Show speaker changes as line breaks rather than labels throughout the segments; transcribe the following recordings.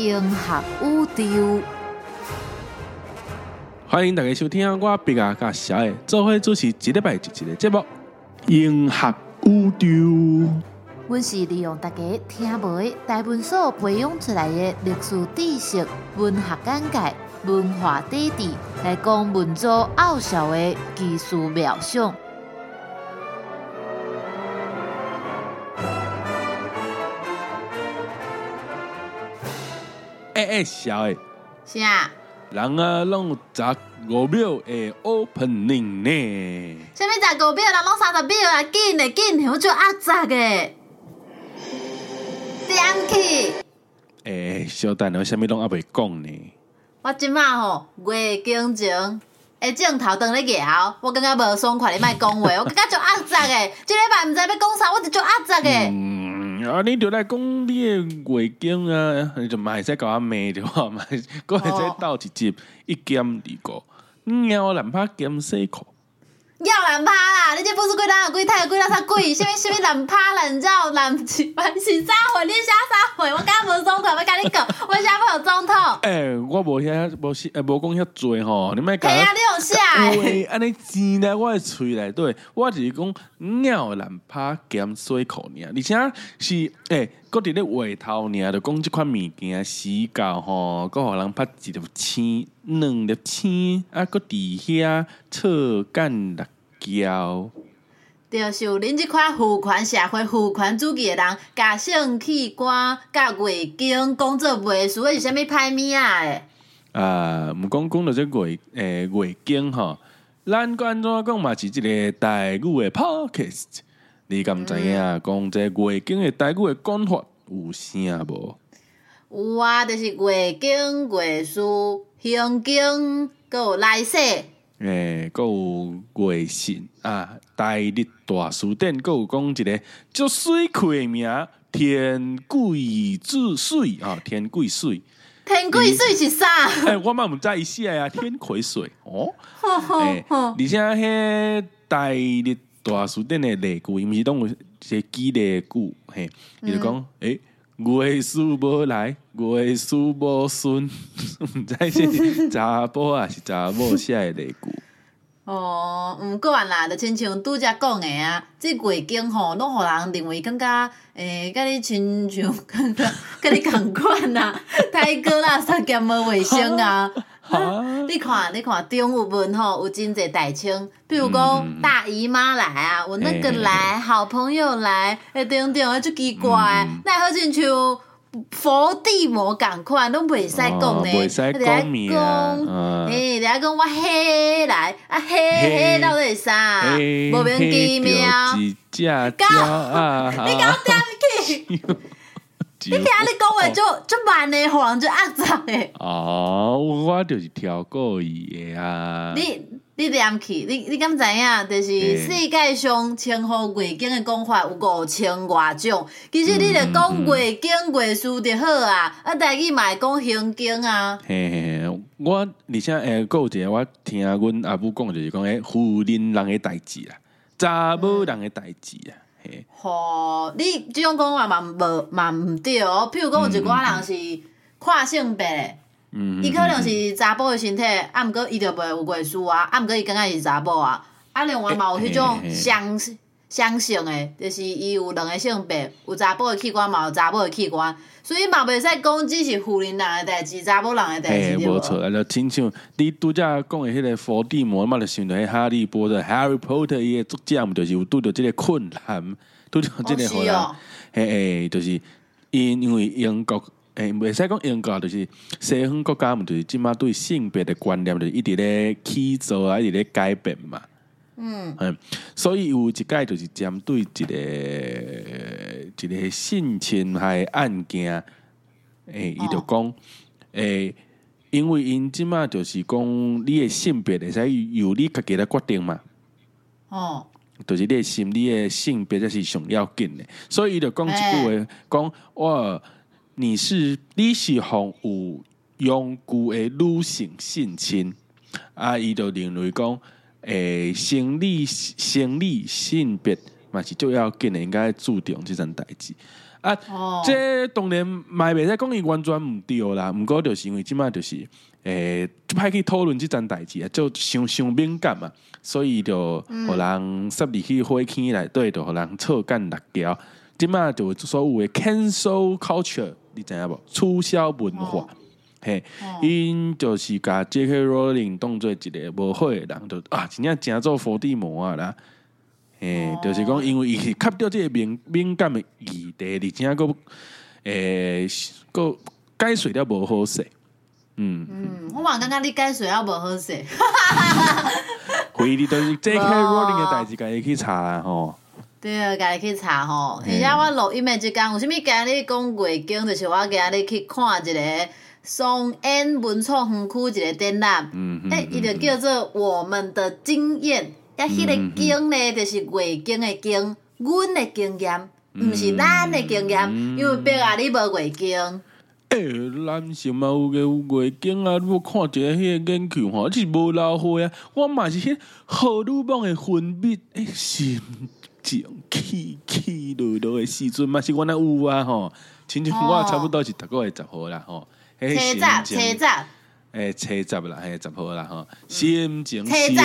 融合宇宙。
欢迎大家收听我毕亚甲小的做伙主持一礼拜一集的节目《融合宇宙》。
阮是利用大家听袂大文所培养出来的历史知识、文学简介、文化底子，来讲文作奥妙的技术妙想。
小的，
啥？
人啊，拢有15秒的 opening 呢。
啥物15秒？人拢30秒啊！紧的紧，我就压杂的。点去！
小等我啥物拢还袂讲呢。
我即马吼月经前，镜头当咧摇，我感觉无爽快，你莫讲话，我感觉就压杂的。即礼拜毋知要讲啥，我就压杂的。
你就来讲你的月经啊，你就嘛会使甲我骂着我嘛，佫会使斗一集1减2个，猫男拍减洗裤。
要男趴啦！你这不是几男有几太有几那啥鬼？什么男趴啦？你知道男是啥货？你写啥货？我刚刚无总统，要甲你讲，我写要有总统。
我无讲遐济吼，你莫讲。
系啊，你有写
喂，安尼钱来我的喙内底，我就是讲鸟男趴减洗裤尔，而且是搁伫咧话头尔，就讲即款物件死到吼，搁互人拍1粒星、2粒星，啊，搁伫遐错干6胶。
就是有恁即款父权社会、父权主义的人，甲性器官、甲月经讲做袂输，是啥物歹物啊？
毋讲到这月经吼，咱安怎讲嘛是一个台语的 podcast。你敢知影讲这月经的台语的讲法有啥无？
有啊，就是月经、月事、行经，搁有来世。
搁有月信啊，大日大词典，搁有讲一个足水气的名，天贵之水啊，天贵水。
天贵水是啥？
我嘛毋知伊写啊，天癸水哦。而且迄大日大词典的例句，毋是拢有一个激励句，嘿，伊就讲月事无来，月事无顺，毋知是查甫还是查某写的例句。
毋管啦，就亲像拄则讲的啊，即月经吼，拢互人认为感觉甲你亲像甲你共款啦，太过啦，啥兼无卫生啊。你看中有文吼，有真侪代称，比如讲大姨妈来啊，我那个来，好朋友来，等等，足奇怪，那好亲像佛地魔共款，拢袂使讲呢。
袂使讲名。
人家讲我嘿来，嘿到底是啥？无名其妙。
一只鸟啊！
你甲我点去？你听你讲话就慢的，互人就压杂的。
我就是跳过伊的啊。
你念去，你敢知影？就是世界上称呼月经的讲法有5000多种。其实你著讲月经、月事就好啊。台语嘛会讲行经啊。
我而且还有一个我听阮阿母讲，就是讲妇人人的代志啦，查某人的代志啊。
你即种讲话嘛毋对哦。譬如讲有一寡人是跨性别。伊可能是查甫的身体，毋过伊就袂有月事啊，毋过伊感觉是查某啊。另外嘛有迄种双性的，就是伊有2个性别，有查甫的器官，嘛有查某的器官，所以嘛袂使讲只是妇人人的代志，查某人的代志。
无错，就亲像你拄则讲的迄个伏地魔，嘛就想到迄哈利波特 Harry Potter 伊的作者，毋就是有拄着即个困难，拄着即个互人，就是因为英国。袂使讲英国，就是西方国家，就是即马对性别的观念，就是一直咧起造啊，一直咧改变嘛。所以有一届就是针对一个性侵害案件，伊就讲，因为因即马就是讲，你的性别会使由你家己来决定嘛。就是你的心理的性别才是上要紧的，所以伊就讲一句话，讲哇。你是互有永久的女性性侵，伊就认为讲，生理性别嘛是最要紧的，应该注重这件代志。 啊，这当然嘛袂使讲伊完全毋对啦，毋过就是因为即摆就是就歹去讨论即件代志啊，就伤敏感嘛，所以就互人塞入去火坑内底，就互人错干辣椒。即摆就所有的 cancel culture， 你知影无？促销文化。嘿，因就是甲 J.K. Rowling 当做一个无好的人，就真正做伏地魔啊啦。嘿，就是讲，因为伊是吸到这个敏感的议题，而且个解说了无好势。
我嘛感觉你解说了无好势。
回你就是 J.K. Rowling 的代志，家己去查啦吼。
对，家己去查吼。而且我录音的即天，有啥物今日讲月经，就是我今日去看一个。松烟文创园区一个展览，伊就叫做我们的经验，迄个经呢，就是月经的经，阮的经验，毋是咱的经验，因为别啊你无月经。
男性嘛有个月经啊，你有看一个迄个研究吼，是无老岁啊，我嘛是迄荷尔蒙的分泌，心情起落的时阵嘛是我那有啊吼，亲像我差不多是逐个月10号啦吼。
初十啦，
初10号啦吼，心情初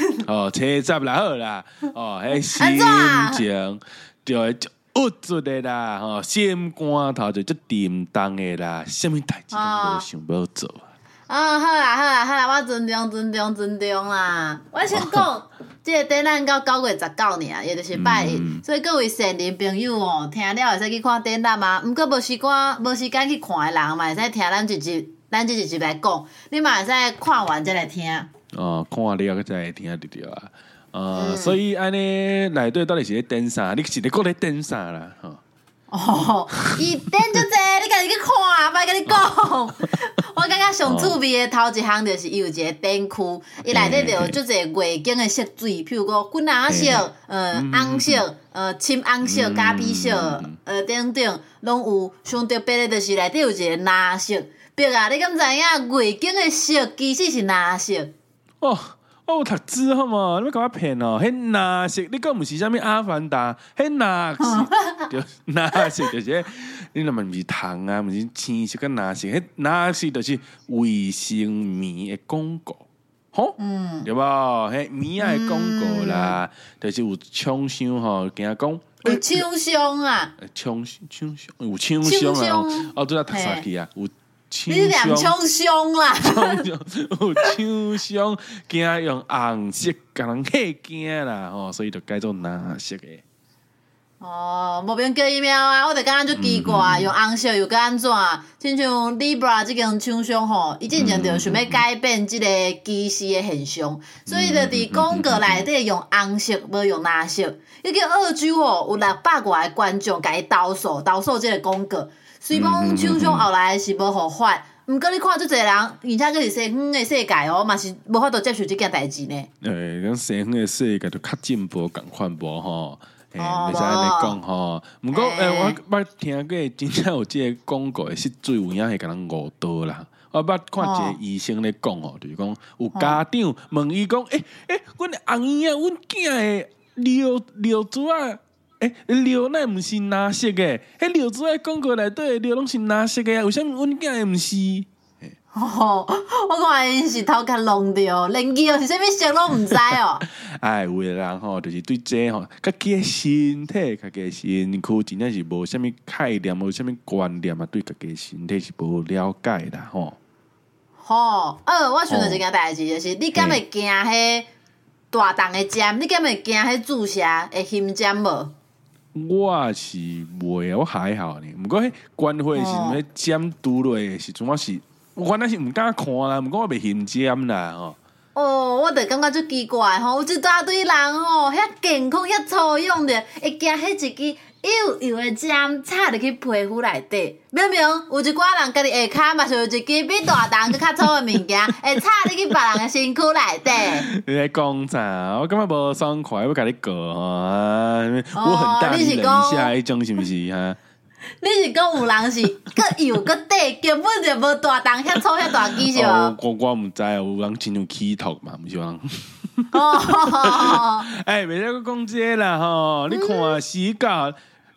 10啦好啦，心情就会郁出的啦，吼，心肝头就沉重的啦，什么代志都无想要做
好啦，我尊重啦。我先讲，这个展览到9月19日，也就是拜一，所以各位善人朋友哦，听了会使去看展览嘛。毋过无时间去看的人嘛，会使听咱这一集来讲，你嘛会使看完再来听。
看完了再来听就对啊。所以安尼内底到底是咧展啥？你是咧讲咧展啥啦？
伊展足济，你家己去看，别甲你讲。我感觉上趣味的头一项就是伊有一个展区，伊内底就有足济月经的色水，譬如讲粉红色、红色、深红色、咖啡色，等等，拢有。上特别的就是内底有一个蓝色，别啊，你敢知影月经的色其实是蓝色？
我有读书好无？你要甲我骗哦？迄蓝色，你讲毋是啥物阿凡达？迄蓝色，就蓝色就是你若嘛毋是糖啊，毋是青色甲蓝色，迄蓝色就是卫生棉的广告，吼，对无？迄棉仔的广告啦，就是有厂商吼，惊讲
有厂商啊，
厂商有厂商啊，拄仔读啥去啊？有。
你念冲凶啦！
有厂商惊用红色甲人吓惊啦，所以就改做蓝色的。
无免叫伊喵啊！我就感觉足奇怪，用红色又敢安怎？亲像 Libra 即间厂商吼，伊之前就想要改变即个歧视的现象，所以就伫广告内底用红色，无用蓝色。伊叫澳洲吼，有600外个观众甲伊投诉即个广告。虽讲厂商后来是无互发，毋过你看足侪人，而且佫是西方的世界哦，嘛是无法度接受即件代志呢。
咱西方的世界就较进步共款无吼，袂使安尼讲吼。毋过我捌听过真正有即个广告的是水有影会甲人误导啦。我捌看一个医生咧讲吼，就是讲有家长问伊讲，阮的红姨啊，阮囝的尿珠啊。尿那毋是蓝色的，迄尿珠的广告内底尿拢是蓝色的啊，为啥物阮囝的毋是？
我看因是头壳弄着，连尿是啥物色拢毋知哦。
有的人吼，就是对这吼，家己的身体、家己的身躯，真正是无啥物概念，无啥物观念啊，对家己的身体是无了解啦，吼。
我想到一件代志，就是你敢会惊迄大筒的针？你敢会惊迄注射的胸针无？
我是袂啊，我还好呢。毋过迄关会是迄针拄落的时阵，我原来是毋敢看啦，毋过我袂嫌针啦吼。
我就感觉足奇怪吼，有一大堆人吼，遐健康、遐粗勇的，会惊迄一支幼的针插入去皮肤内底。明明有一寡人家己下骹嘛是有一支比大筒佮较粗的物件，会插入去别人的身躯内底。
你在讲啥？我感觉无爽快，要甲你告吼。我很大力忍一下，迄种是毋是哈？
你是讲有人是佮幼佮短，根本就无大筒遐粗遐大支是无？
我毋知，有人亲像起头嘛，毋是人。袂使讲这啦吼！你看时间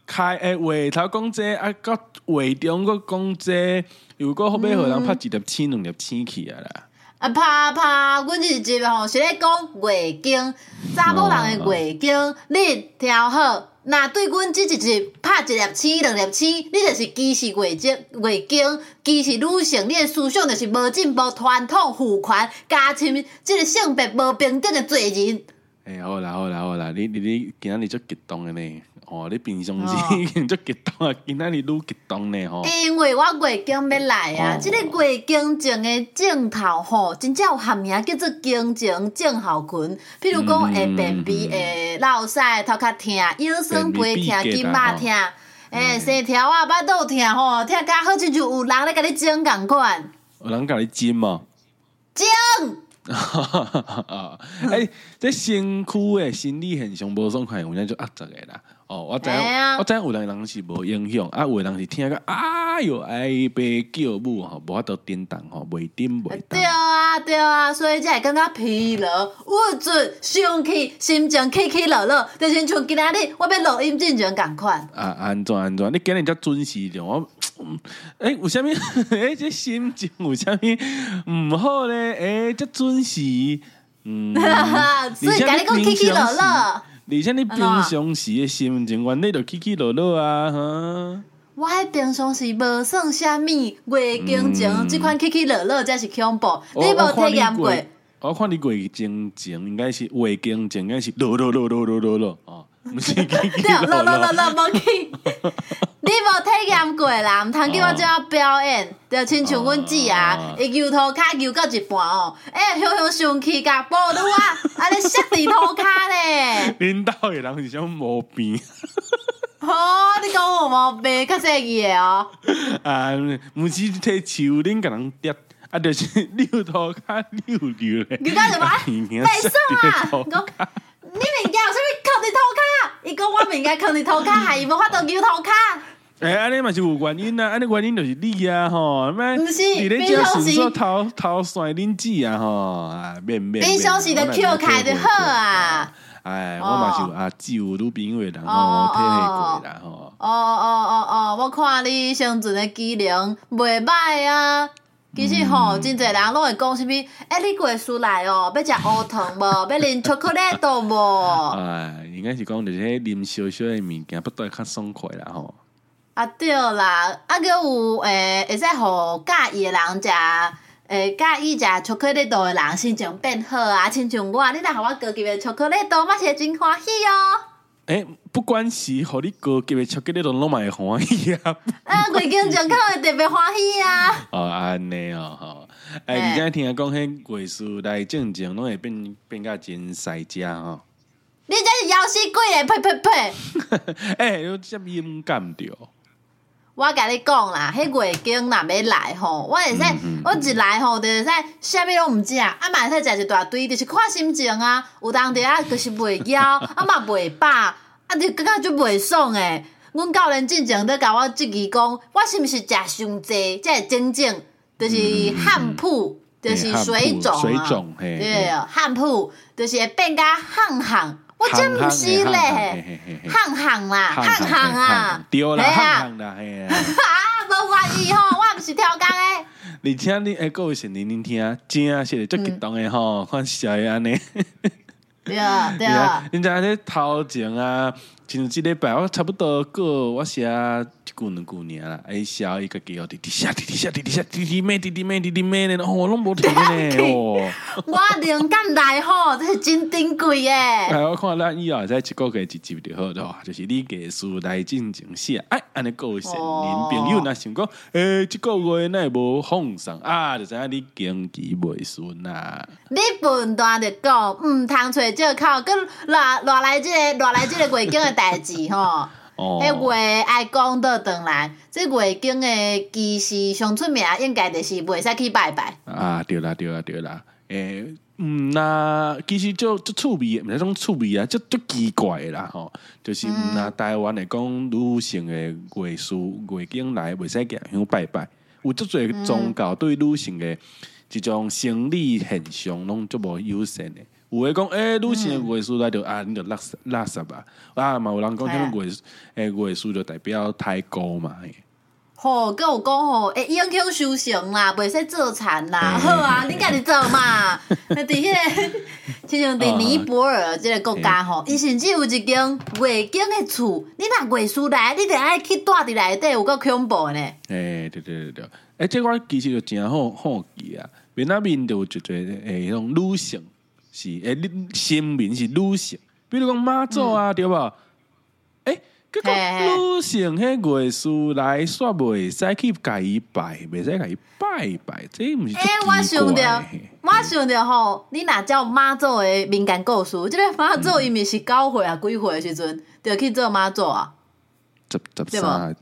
话头讲这啊，到话中佫讲这，又佫要互人拍一粒星、2粒星去啊啦。
啊，阮日集吼是咧讲月经，查某人的月经，你听好。若对阮即一集拍1粒星、2粒星，你就是既是月经，既是女性，你的思想就是无进步、传统、父权、家亲，即个性别无平等的罪人。
好啦，你今仔日足激动的呢？你平常时已经足激动啊，今仔日愈激动呢吼。
因为我月经要来啊，即个月经前的症头吼，真正有含名叫做经前症候群。譬如讲会便秘、会落屎、头壳痛、腰酸背痛、筋肉痛，生条啊、巴肚痛吼，痛甲好亲像有人咧甲你针共款。
有人甲你针嘛？
针。
这身躯的生理现象无爽快，有影就压着的啦。我知影有人是无影响，有的人是听个哎呦哀悲叫母吼，无法度点动吼，袂点。
对啊，所以才会感觉疲劳、郁卒、生气、心情起落落，就亲像今仔日我要录音进前共款。
安怎？你今日才准时着我。有啥物？这心情有啥物唔好咧？这准时，
所以甲你讲起落落。
而且你平常时的心情，原来就起落落啊！
我迄平常时无算啥物，月经前即款起落落才是恐怖。你无体验过？
我看你月经前应该是月经前，应该是落哦，不是起落
无去。你无体验过啦，毋通叫我这样表演，就亲像阮姊啊，伊摇涂骹摇到一半哦，向生气甲补愈啊，安尼摔伫涂骹咧。
恁兜的人是啥毛病？
你讲有毛病，较细意的哦。
毋是摕树恁甲人跌，就是扭涂骹扭咧。
你讲什么？白说啊！讲你物件有啥物放伫涂骹？伊讲我物件放伫涂骹，害伊无法度扭涂骹。
安尼嘛是有原因啊，安尼原因就是你啊吼，
毋是，
你咧只顺手偷算恁姊啊吼，免。
平常时就捡开就好啊。
我嘛是有阿姊有女朋友的人吼，体会过啦吼。
我看你生存的机能袂歹啊。其实吼，真侪人拢会讲啥物？你月事来哦，要食乌糖无？要啉巧克力豆无？
应该是讲就是啉小小的物件，不会较爽快啦吼。
对啦，还有会使互介意的人食，介意食巧克力豆的人心情变好啊，亲像我，你若互我高级的巧克力豆，我是真欢喜哦。
不管是互你高级的巧克力豆，拢嘛会欢喜啊。
月经前可能会特别欢喜啊。
安尼吼。而且听讲，迄月事来正正拢会变甲真赛食吼。
你这是妖死鬼咧！呸！
有这敏感着。
我甲你讲啦，迄月经若要来吼，我会使，我一来吼，就会使啥物拢毋食，嘛会使食一大堆，就是看心情啊。有当时啊，就是袂枵，嘛袂饱，就感觉就袂爽诶。阮教练进前咧甲我质疑讲，我是毋是食伤济，才会真正就是汗疱，就是水肿啊。对，汗疱就是会变甲汗。我真毋是咧，汗啦，
对啦，汗啦，嘿啊！
无愿意吼，我毋是挑工诶。
而且你各位先听，真是足激动诶吼，看笑诶安尼。
对啊。
人家咧头前啊，像即礼拜我差不多过我写1句2句尔啦，笑伊家己哦，滴滴下，滴咩咧，我拢无听咧哦。
我灵感来吼，这是真珍贵诶。
我看咱以后在一个月一集就好了，就是你艺术来进行写，安尼各位善人朋友若想讲，这个月哪会无放送啊？就知影你经期袂顺啦。
你笨蛋就讲，通找借口，佮偌来即个月经的代志吼。迄月爱讲倒转来，这月经的其实上出名，应该就是袂使去拜拜。
对啦。其实就趣味，毋是种趣味啊，就奇怪啦吼。就是台湾来讲，女性的月经来袂使行拜拜，有足侪宗教对女性的一种生理现象，拢足无友善的。 有诶讲，女性诶月事来着你着垃圾嘛有人讲，迄种月事就代表太高嘛。
吼，佮有讲吼，会影响修行啦，袂使做田啦，好啊，你家己做嘛。伫迄个，亲像伫尼泊尔即个国家吼，伊甚至有一间月经的厝，你若月事来，你着爱去住伫内底，有够恐怖呢。
对，即我其实就真好奇啊，闽南面就有一个迄种女性是神明是女性，比如讲妈祖啊，对无？结果女性迄月事来煞袂使去甲伊拜，袂使甲伊拜，这毋是
我想着吼，你若照妈祖的民间故事，即个妈祖伊咪是9岁啊几岁的时阵，就去做妈祖啊
13，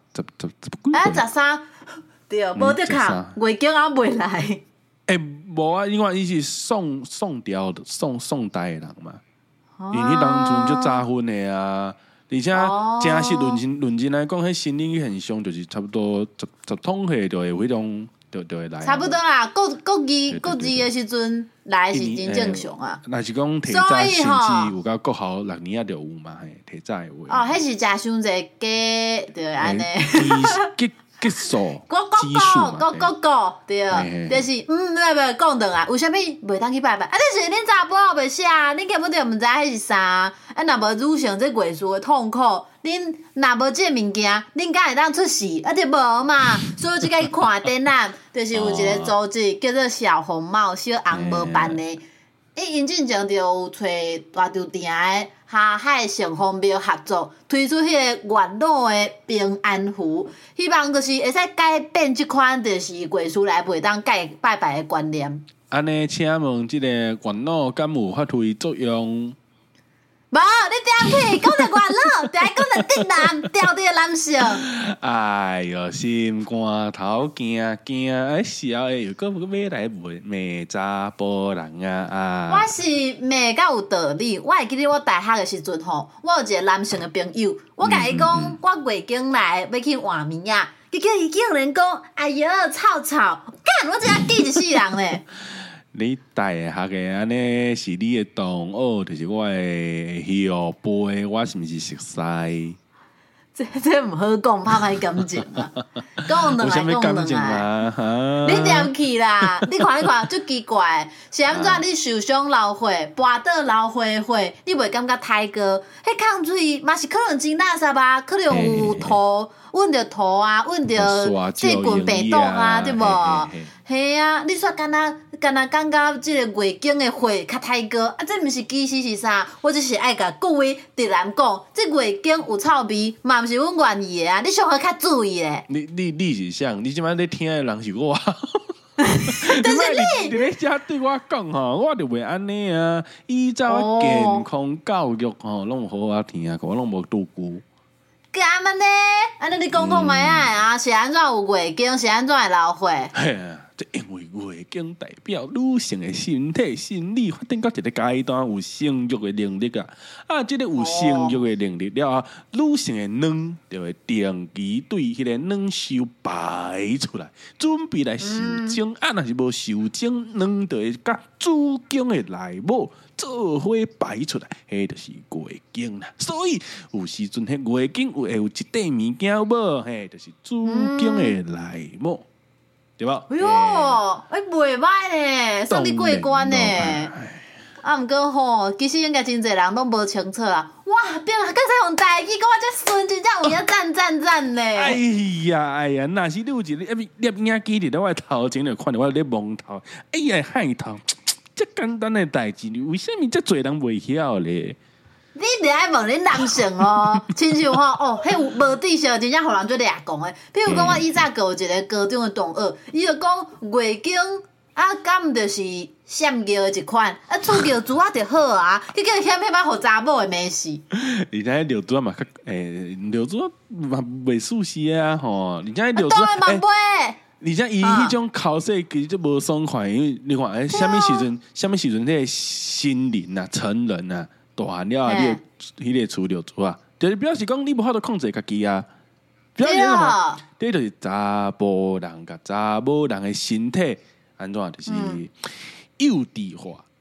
13，对，无得看月经还袂来。
无啊，因为伊是宋代的人嘛，因为迄当阵就早婚的啊。而且正式论真来讲，迄心理现象就是差不多10通岁就会迄种就会来。
差不多啦，国字的时阵来是真正常啊。
若是讲提早甚至有到国校6年就有嘛，提早的话。
迄是食伤济鸡，对安尼。
激素，
对，就是讲断啊，为虾米袂当去拜拜？但是恁查甫仔袂写，恁根本就毋知迄是啥。若无女性这月事的痛苦，恁若无这物件，恁敢会当出世？就无嘛。所以即个去看展览，就是有一个组织叫做小红帽小红帽办的。因进前就有找大稻埕的下海城隍庙合作，推出迄个月老的平安符，希望就是会使改变即款就是月事来袂当拜拜的观念。
安尼，请问即个月老敢有发挥作用？
无，你点去讲着月老，就爱讲着直男，调调男性。
哎哟，心肝头惊，小诶，又搁要来骂查甫人啊！
我是骂甲有道理。我会记得我大学的时阵吼，我有一个男性的朋友，我甲伊讲，我月经来要去换面啊，结果伊竟然讲，哎哟，臭，干，我真系记一世人咧。
你大学的安尼是你的同学，就是我的后辈，我是毋是熟悉？
这毋好讲，拍歹感情啊！讲两来讲两来，你点去啦？你看，足奇怪，是安怎？你受伤流血，跋倒流血，你袂感觉太过？迄抗水嘛是可能真垃圾啊，可能有土，阮着土啊，阮着细菌病毒啊，对无？嘿啊，你煞敢若感觉即个月经的血较太高啊？这毋是其实是啥？我只是爱甲各位直男讲，这月经有臭味，嘛毋是阮愿意的啊！你上好较注意咧。
你是啥？你即摆咧听的人是我。
但是
你咧遮对我讲吼，我就袂安尼啊！依照健康教育吼，拢好好听啊，我拢无拄久。
干嘛呢？安尼你讲看卖啊？是安怎有月经？是安怎会流血？
嘿啊！这因为月经代表女性的身体心理发展到一个阶段，有生育的能力啊！这个有生育的能力了啊，女性的卵就会定期对迄个卵巢排出来，准备来受精。若是无受精，卵就会甲子宫的内膜做伙排出来，迄就是月经啦。所以有时阵迄月经会有一块物件有无？迄就是子宫的内膜。对吧？
哎呦，袂歹呢，算你过关呢。啊，毋过吼，其实应该真侪人拢无清楚啊。哇，变啊，刚才用台语讲我这顺，真正有影赞呢。
哎呀，若是你有一个摄影机伫咧我头前，就看到我咧蒙头。哎呀，害头，这简单的代志，为什么这侪人袂晓咧？
你得爱问恁男性哦，亲像吼迄有无知识，真正互人做掠讲的。譬如讲，我以前有一个高中的同学，伊就讲月经啊，敢毋就是闪尿的一款，啊，出尿珠啊就好啊，结果嫌迄摆互查某的没事。
而且尿珠嘛，尿珠嘛袂舒适啊吼，而且尿珠
当然嘛袂。
而且伊迄种口水其实就无爽快，因为你看，什么时阵，迄个新人啊、成人啊。大汉了，你迄个处尿珠啊，就是表示讲你无法度控制家己啊。表示什么？这就是查甫人甲查某人的身体安怎，就是幼稚化。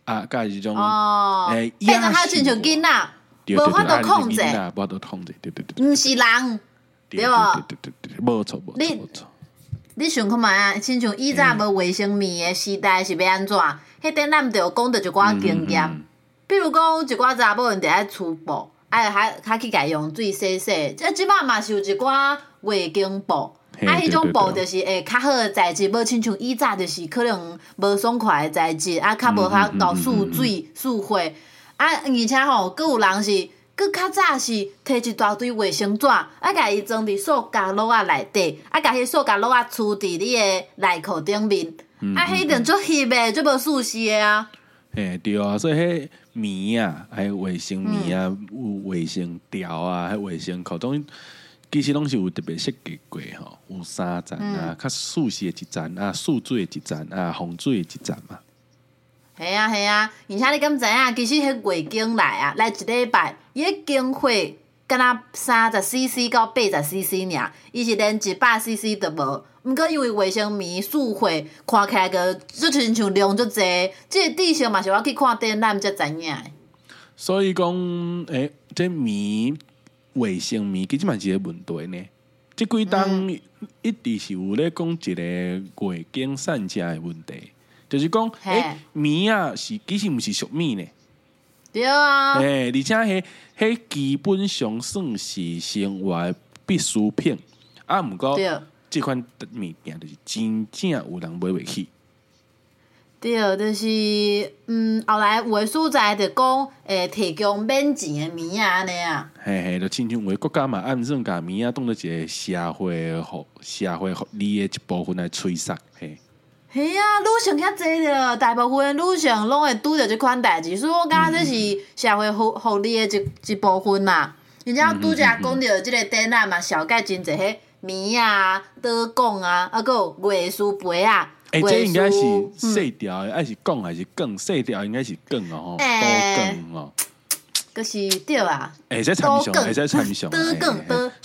啊，甲迄种
变成较亲像囡仔，无法度控制，
无法度控制，对对对，
毋是人，对
无？对，无错无错无错。
你想看觅啊，亲像以前无卫生棉的时代是要安怎？迄展览就讲到一寡经验，比如讲一寡查某因伫爱除布，还去家用水洗洗。即摆嘛是有一寡卫生布，迄种布就是较好的材质，无亲像以前就是可能无爽快的材质，较无法度蓄水蓄火，而且吼，佫有人是。佮较早是摕一大堆卫生纸，甲伊装伫塑胶袋仔内底，甲迄塑胶袋仔杵伫你的内裤顶面，迄一定足翕的，足无舒适的啊。
对啊，所以迄棉啊，还有卫生棉啊，有卫生条啊，还有卫生裤，其实拢是有特别设计过吼，有3层啊，较舒适的一层啊，蓄水的一层啊，防水的一层嘛。
系啊，而且你敢知影？其实迄月经来一礼拜，伊迄经血敢若30cc 到80cc 尔，伊是连100cc 都无。毋过因为卫生棉蓄血，看起来个就亲像量足济，即个知识嘛是我去看展览才知影的。
所以讲，这棉卫生棉其实嘛是一个问题呢。即几冬一直是有咧讲一个月经散遮的问题。就是讲，棉啊是其实毋是俗物呢。
对啊。
而且迄基本上算是生活必需品。毋过即款物件就是真正有人买袂起。
对，就是后来有诶所在就讲，提供免钱诶棉安尼啊。
就亲像有诶国家嘛，暗算甲棉当做一个社会福利诶一部分来吹杀，嘿。
是啊，女性遐济着，大部分的女性拢会拄着即款代志，所以我感觉这是社会福利的一部分嘛。而且拄则讲到即个展览嘛，小解真侪迄棉啊、刀管啊，还有月事杯啊。
这应该是细条的，还是管还是梗？细条应该是梗哦，刀梗哦。
可是对啊。
使参详，使参详。
刀梗，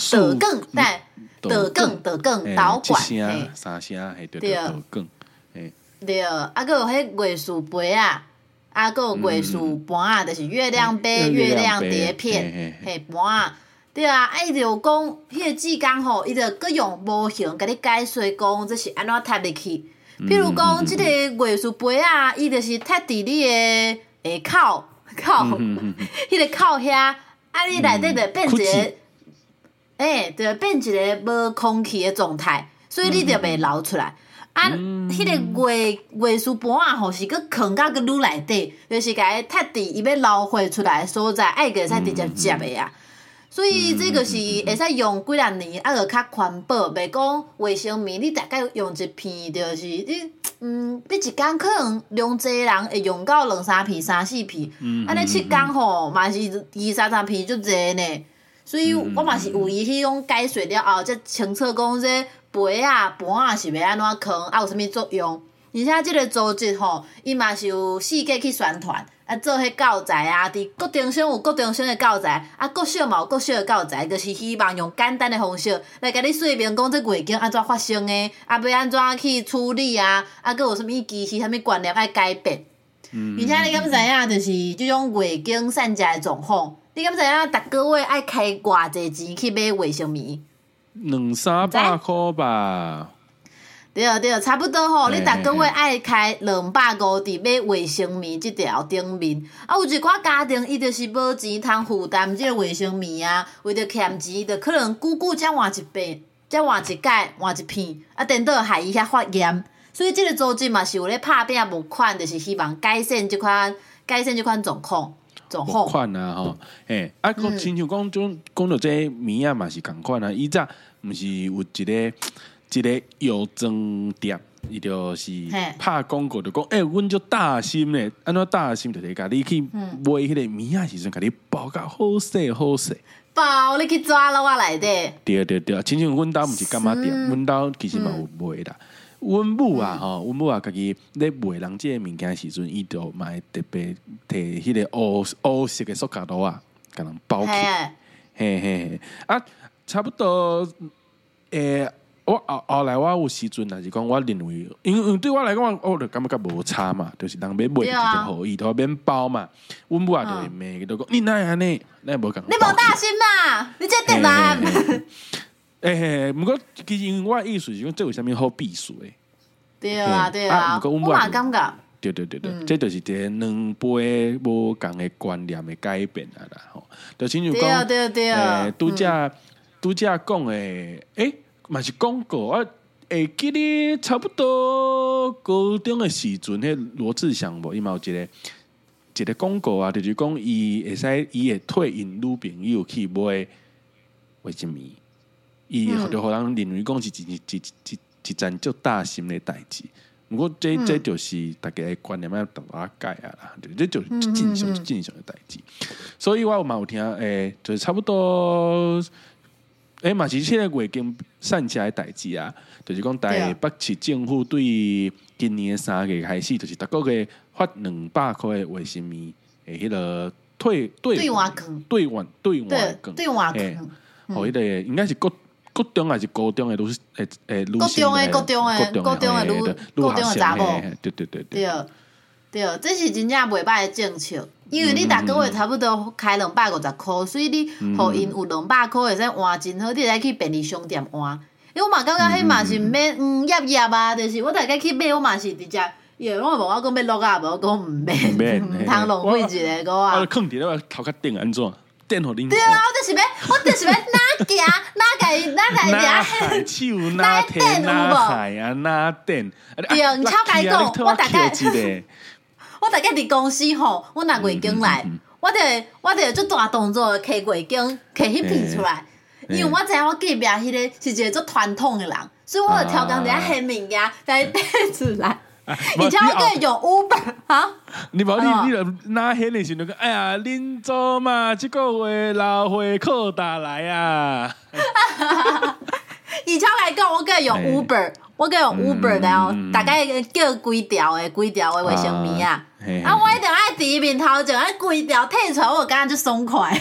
导管，
三声，对，刀梗。
对，还佫有迄月事杯啊，佫有月事盘啊，就是月亮杯、月亮碟片，盘啊。对啊，伊就讲迄个志工吼，伊就佫用模型甲你解说讲这是安怎插入去。譬如讲，即个月事杯啊，伊就是插伫你的口，迄个口遐，你内底就变一个，就变一个无空气的状态，所以你就袂流出来。迄个月事盘啊，吼是佫藏到佫愈内底，就是甲伊插伫伊要流血出来的所在，会使直接接的啊。所以这个是会使用几啊年，就较环保，袂讲卫生棉，你大概用一片，就是你一工可能量济人会用到2-3片、3-4片，安尼7工吼嘛是20-30片足济呢。所以我嘛是有伊迄种解说了后，才清楚讲这杯啊、盘啊是要安怎藏，有啥物作用。而且即个组织吼，伊嘛是有世界去宣传，做迄教材啊，伫各中心有各中心的教材，各小嘛有各小的教材，就是希望用简单的方式来甲你说明讲这月经安怎发生的，要安怎去处理啊，佫有啥物知识、啥物观念爱改变。而且你敢知影，就是即种月经散遮的状况，你敢知影逐个月爱开偌济钱去买卫生棉
？200-300块吧。
对，差不多吼，你逐个月爱开250伫买卫生棉即条顶面。有一寡家庭伊就是无钱通负担即个卫生棉啊，为着欠钱，就可能久才换一遍，才换一届，换一片，等到害伊遐发炎。所以即个组织嘛是有咧拍拼募款，就是希望改善即款状况。
募款啊吼，亲像讲到这棉啊嘛是共款啊，以前毋是有一个药妆店，伊就是拍广告，就讲阮就大心咧，安怎大心就是甲你去买迄个棉啊时阵，甲你包甲好势，
包你去抓落我内底。
对，亲像阮兜毋是干嘛店，阮兜其实嘛有卖啦。阮母啊家己咧卖人即个物件时阵，伊就嘛会特别摕迄个黑色的塑胶袋啊，甲人包起，嘿，差不多我后来我有时阵也是讲，我认为，因为对我来讲，我就感觉无差嘛，就是人要买直接互伊，都免包嘛。阮母也就会骂，就讲你哪会安尼，咱无讲。
你无大心嘛？你这电
男。不过其实因为我的意思是讲，这有啥物好避暑的？
对啊，对啊，我嘛感觉。
对，这就是一个两杯无共的观念的改变啦吼。就亲像讲，
对，
拄则讲的，嘛是广告，我会记得差不多高中的时阵，迄罗志祥无伊嘛有一个广告啊，就是讲伊会使伊会退因女朋友去买卫生棉，伊就互人认为讲是一件足大心的代志。不过这就是大家的观念要同我改啊啦，这就是正常的代志。所以我嘛有听，就是差不多，嘛是现在月经散起来的代志啊，就是讲台北市政府对今年3月开始，就是逐个月发200块的卫生棉，迄个兑换券，互迄个应该是国中还是高中的女生
查某，对，这是真正袂歹的政策，因为你逐个月差不多开250块，所以你互因有200块会使换真好，你会使去便利商店换。因为我嘛感觉迄嘛是毋免啊，就是我大概去买，我嘛是直接，我无我讲要落啊，无我讲毋免，毋通浪费一个个啊。
放伫咧头壳顶安怎？电互恁。
对啊，我就是要哪行哪
手哪提哪海啊哪电。
对，你超甲伊讲，我大概伫公司吼，我若月经来，我就做大动作摕月经摕迄片出来，因为我知影我隔壁迄个是一个做传统的人，所以我就超工伫遐翕物件，甲伊摕出来。而且我可以用 Uber 哈，
你就哪显的时候，哎呀，恁祖嘛，这个月老岁扩大来啊！
以前来讲，我可以用 Uber，然后大概叫几条的卫生棉啊，我一定爱第一面头前，几条摕出来，我感觉就爽快。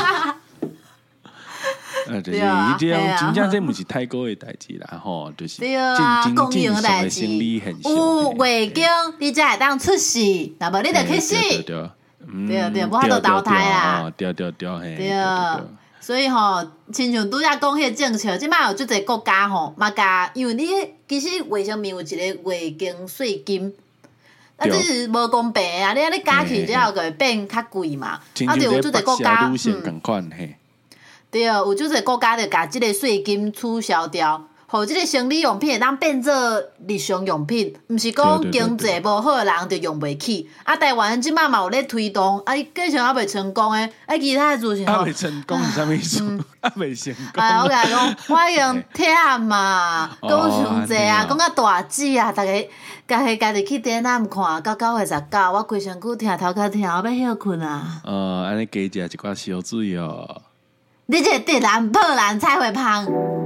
就是伊这样，真正这不是太高的代志啦，吼，就是
公用的代志。有月经，你才会当出世，那么你就去死。对，无法度投胎啊。
对，
所以吼，亲像拄则讲迄个政策，即摆有足侪国家吼，嘛甲，因为你其实卫生棉有一个月经税金。啊，这是无公平啊！你加起之后就会变较贵嘛。啊，就有足侪国家。对，有就是国家就把这个税金取消掉，互这个生理用品会当变做日常用品，毋是讲经济无好的人就用袂起。啊，台湾即摆嘛有咧推动，啊，继续还袂成功诶，啊，其他族群
袂成功是啥意思？袂成功。
我甲你讲，我用忝嘛，讲伤济啊，讲到大姊啊，大家家己去展览看，到9月19，我规身躯疼，头壳疼，我要休困啊。
安尼加食一寡烧水哦。
你这个直男破男才会胖。